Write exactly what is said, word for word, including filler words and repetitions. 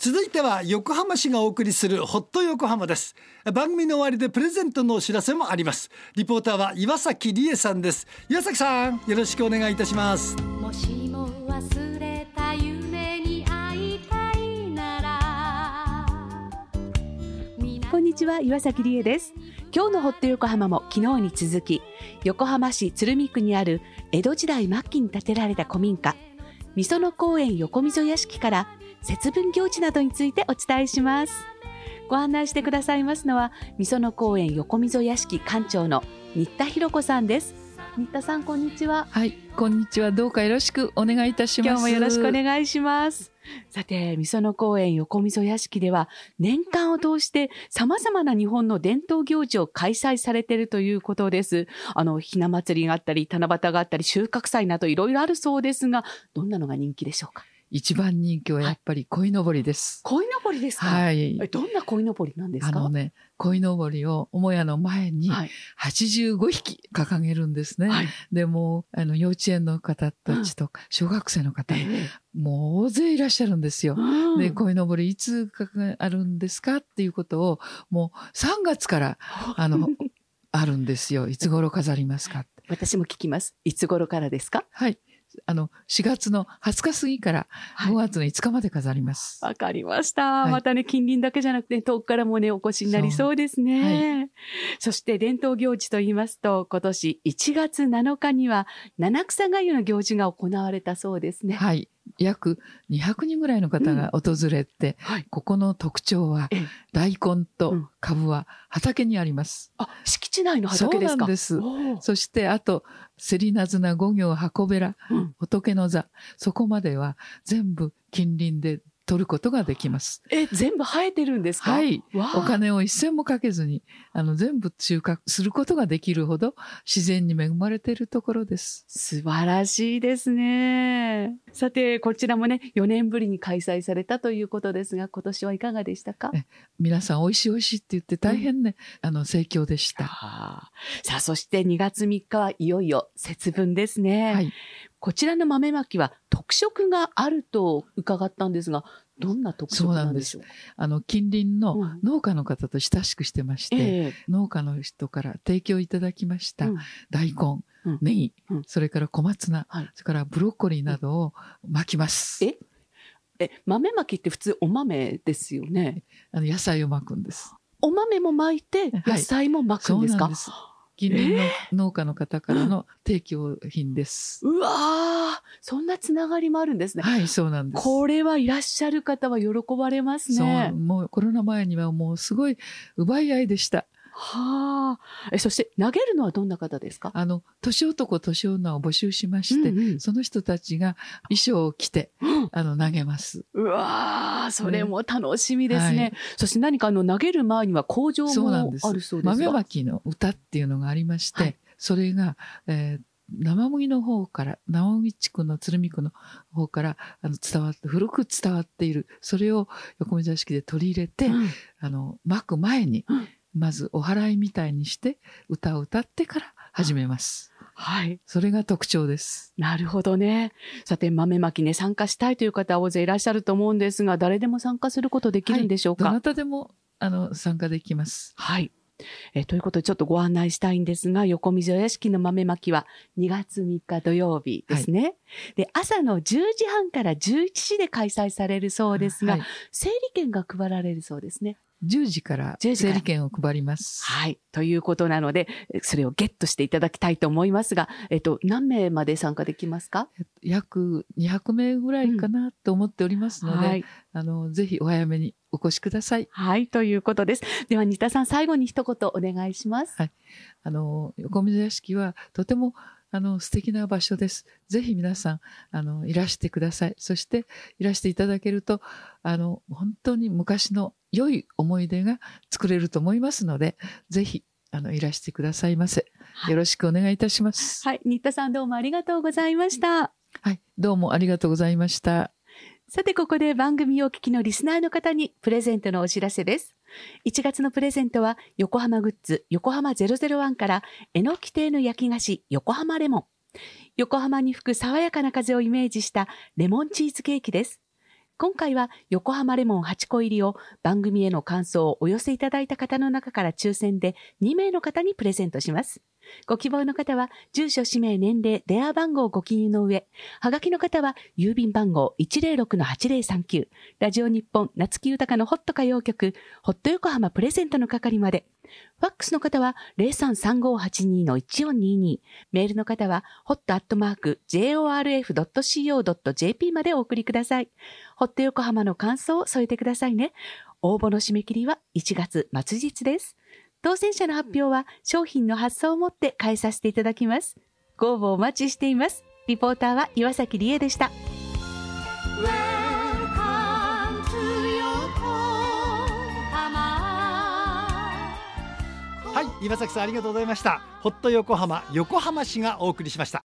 続いては横浜市がお送りするホット横浜です。番組の終わりでプレゼントのお知らせもあります。リポーターは岩崎理恵さんです。岩崎さん、よろしくお願いいたします。 もしも忘れた夢に会いたいなら。 こんにちは、岩崎理恵です。今日のホット横浜も昨日に続き、横浜市鶴見区にある江戸時代末期に建てられた古民家みその公園横溝屋敷から節分行事などについてお伝えします。ご案内してくださいますのはみその公園横溝屋敷館長の新田博子さんです。新田さん、こんにちは。 はい、こんにちは。どうかよろしくお願いいたします。 今日もよろしくお願いします。さて、みその公園横溝屋敷では年間を通して様々な日本の伝統行事を開催されているということです。あの、ひな祭りがあったり、七夕があったり、収穫祭などいろいろあるそうですが、どんなのが人気でしょうか？ 一番人気はやっぱり鯉のぼりです。 鯉のぼりですか？ はい。 え、どんな鯉のぼりなんですか？ あのね、鯉のぼりを母屋の前にはちじゅうごひき掲げるんですね。はい、でもあの幼稚園の方たちとか小学生の方、うん、もう大勢いらっしゃるんですよ。うん、で、鯉のぼりいつあるんですかっていうことをもうさんがつからあのあるんですよ。いつ頃飾りますかって。 私も聞きます。いつ頃からですか？ はい。あのしがつのはつか過ぎからごがつのいつかまで飾ります。 わ、はい、かりました、はい。またね、近隣だけじゃなくて遠くからもねお越しになりそうですね。はい、そして伝統行事と言いますと、今年いちがつなのかには七草がゆの行事が行われたそうですね。 はい。約にひゃくにんぐらいの方が訪れて、うんはい、ここの特徴は大根と株は畑にあります。 あ、敷地内の畑ですか？ そうなんです。そしてあとせりなずな五行箱べら、うん、仏の座、そこまでは全部近隣で取ることができます。 え、全部生えてるんですか？ はい。お金を一銭もかけずに、あの、全部収穫することができるほど自然に恵まれているところです。 素晴らしいですね。さて、こちらもね、よねんぶりに開催されたということですが、今年はいかがでしたか？ え、皆さん美味しい美味しいって言って大変ね、うん、あの、盛況でした。 はあ、さあ、そしてにがつみっかはいよいよ節分ですね。はい。こちらの豆まきは特色があると伺ったんですが、どんな特色なんでしょうか？ そうなんです。あの、近隣の農家の方と親しくしてまして、うんえー、農家の人から提供いただきました、うん、大根、うん、ネギ、うん、それから小松菜、はい、それからブロッコリーなどを巻きます。 ええ、豆まきって普通お豆ですよね。 あの野菜を巻くんです。 お豆も巻いて野菜も巻くんですか？ はい、そうなんです。近隣の農家の方からの提供品です。 えー、うわー、そんなつながりもあるんですね。 はい、そうなんです。 これはいらっしゃる方は喜ばれますね。 そう、もうコロナ前にはもうすごい奪い合いでした。 はあ。え、そして投げるのはどんな方ですか？ あの、年男、年女を募集しまして、うんうん、その人たちが衣装を着て、うん、あの、投げます。 うわー、それも楽しみですね。はい、そして何かあの、投げる前には口上もあるそうですか？ 豆まきの歌っていうのがありまして、はい、それが、えー生麦の方から、生麦地区の鶴見区の方から、あの、伝わって、古く伝わっている、それを横溝屋敷で取り入れて、うん、あの、巻く前に、うん、まずお祓いみたいにして、歌を歌ってから始めます。 はい。 それが特徴です。 なるほどね。さて、豆まきね、参加したいという方大勢いらっしゃると思うんですが、誰でも参加することできるんでしょうか？ はい、どなたでも、あの、参加できます。 はい。えということでちょっとご案内したいんですが、横溝屋敷の豆まきはにがつみっか土曜日ですね。はい、で、朝のじゅうじはんからじゅういちじで開催されるそうですが、はい、整理券が配られるそうですね。 じゅうじから整理券を配ります。 はい。ということなので、それをゲットしていただきたいと思いますが、えっと、何名まで参加できますか？ 約にひゃくめいぐらいかなと思っておりますので、うんはい、あの、ぜひお早めにお越しください。 はい、ということです。では、新田さん、最後に一言お願いします。 はい。あの、横溝屋敷はとてもあの素敵な場所です。ぜひ皆さんあのいらしてください。そしていらしていただけるとあの本当に昔の良い思い出が作れると思いますので、ぜひあのいらしてくださいませ。よろしくお願いいたします。 はい、新田さんどうもありがとうございました。 はい、どうもありがとうございました。 さてここで番組をお聞きのリスナーの方にプレゼントのお知らせです。いちがつのプレゼントは横浜グッズ横浜ゼロゼロワンからえのき亭の焼き菓子横浜レモン。横浜に吹く爽やかな風をイメージしたレモンチーズケーキです。 今回は横浜レモンはちこ入りを番組への感想をお寄せいただいた方の中から抽選でにめいの方にプレゼントします。ご希望の方は住所、氏名、年齢、電話番号をご記入の上、はがきの方は郵便番号 いちまるろくのはちまるさんきゅう、ラジオ日本夏木豊のホット歌謡曲ホット横浜プレゼントの係まで。ファックスの方は ゼロさんさんごはちにのいちよんにに、メールの方は ホットアットマークジェイオーアールエフドットシーオードットジェーピー までお送りください。ホット横浜の感想を添えてくださいね。応募の締め切りはいちがつ末日です。当選者の発表は商品の発送をもって返させていただきます。ご応募お待ちしています。リポーターは岩崎理恵でした。 はい、岩崎さんありがとうございました。ホット横浜、横浜市がお送りしました。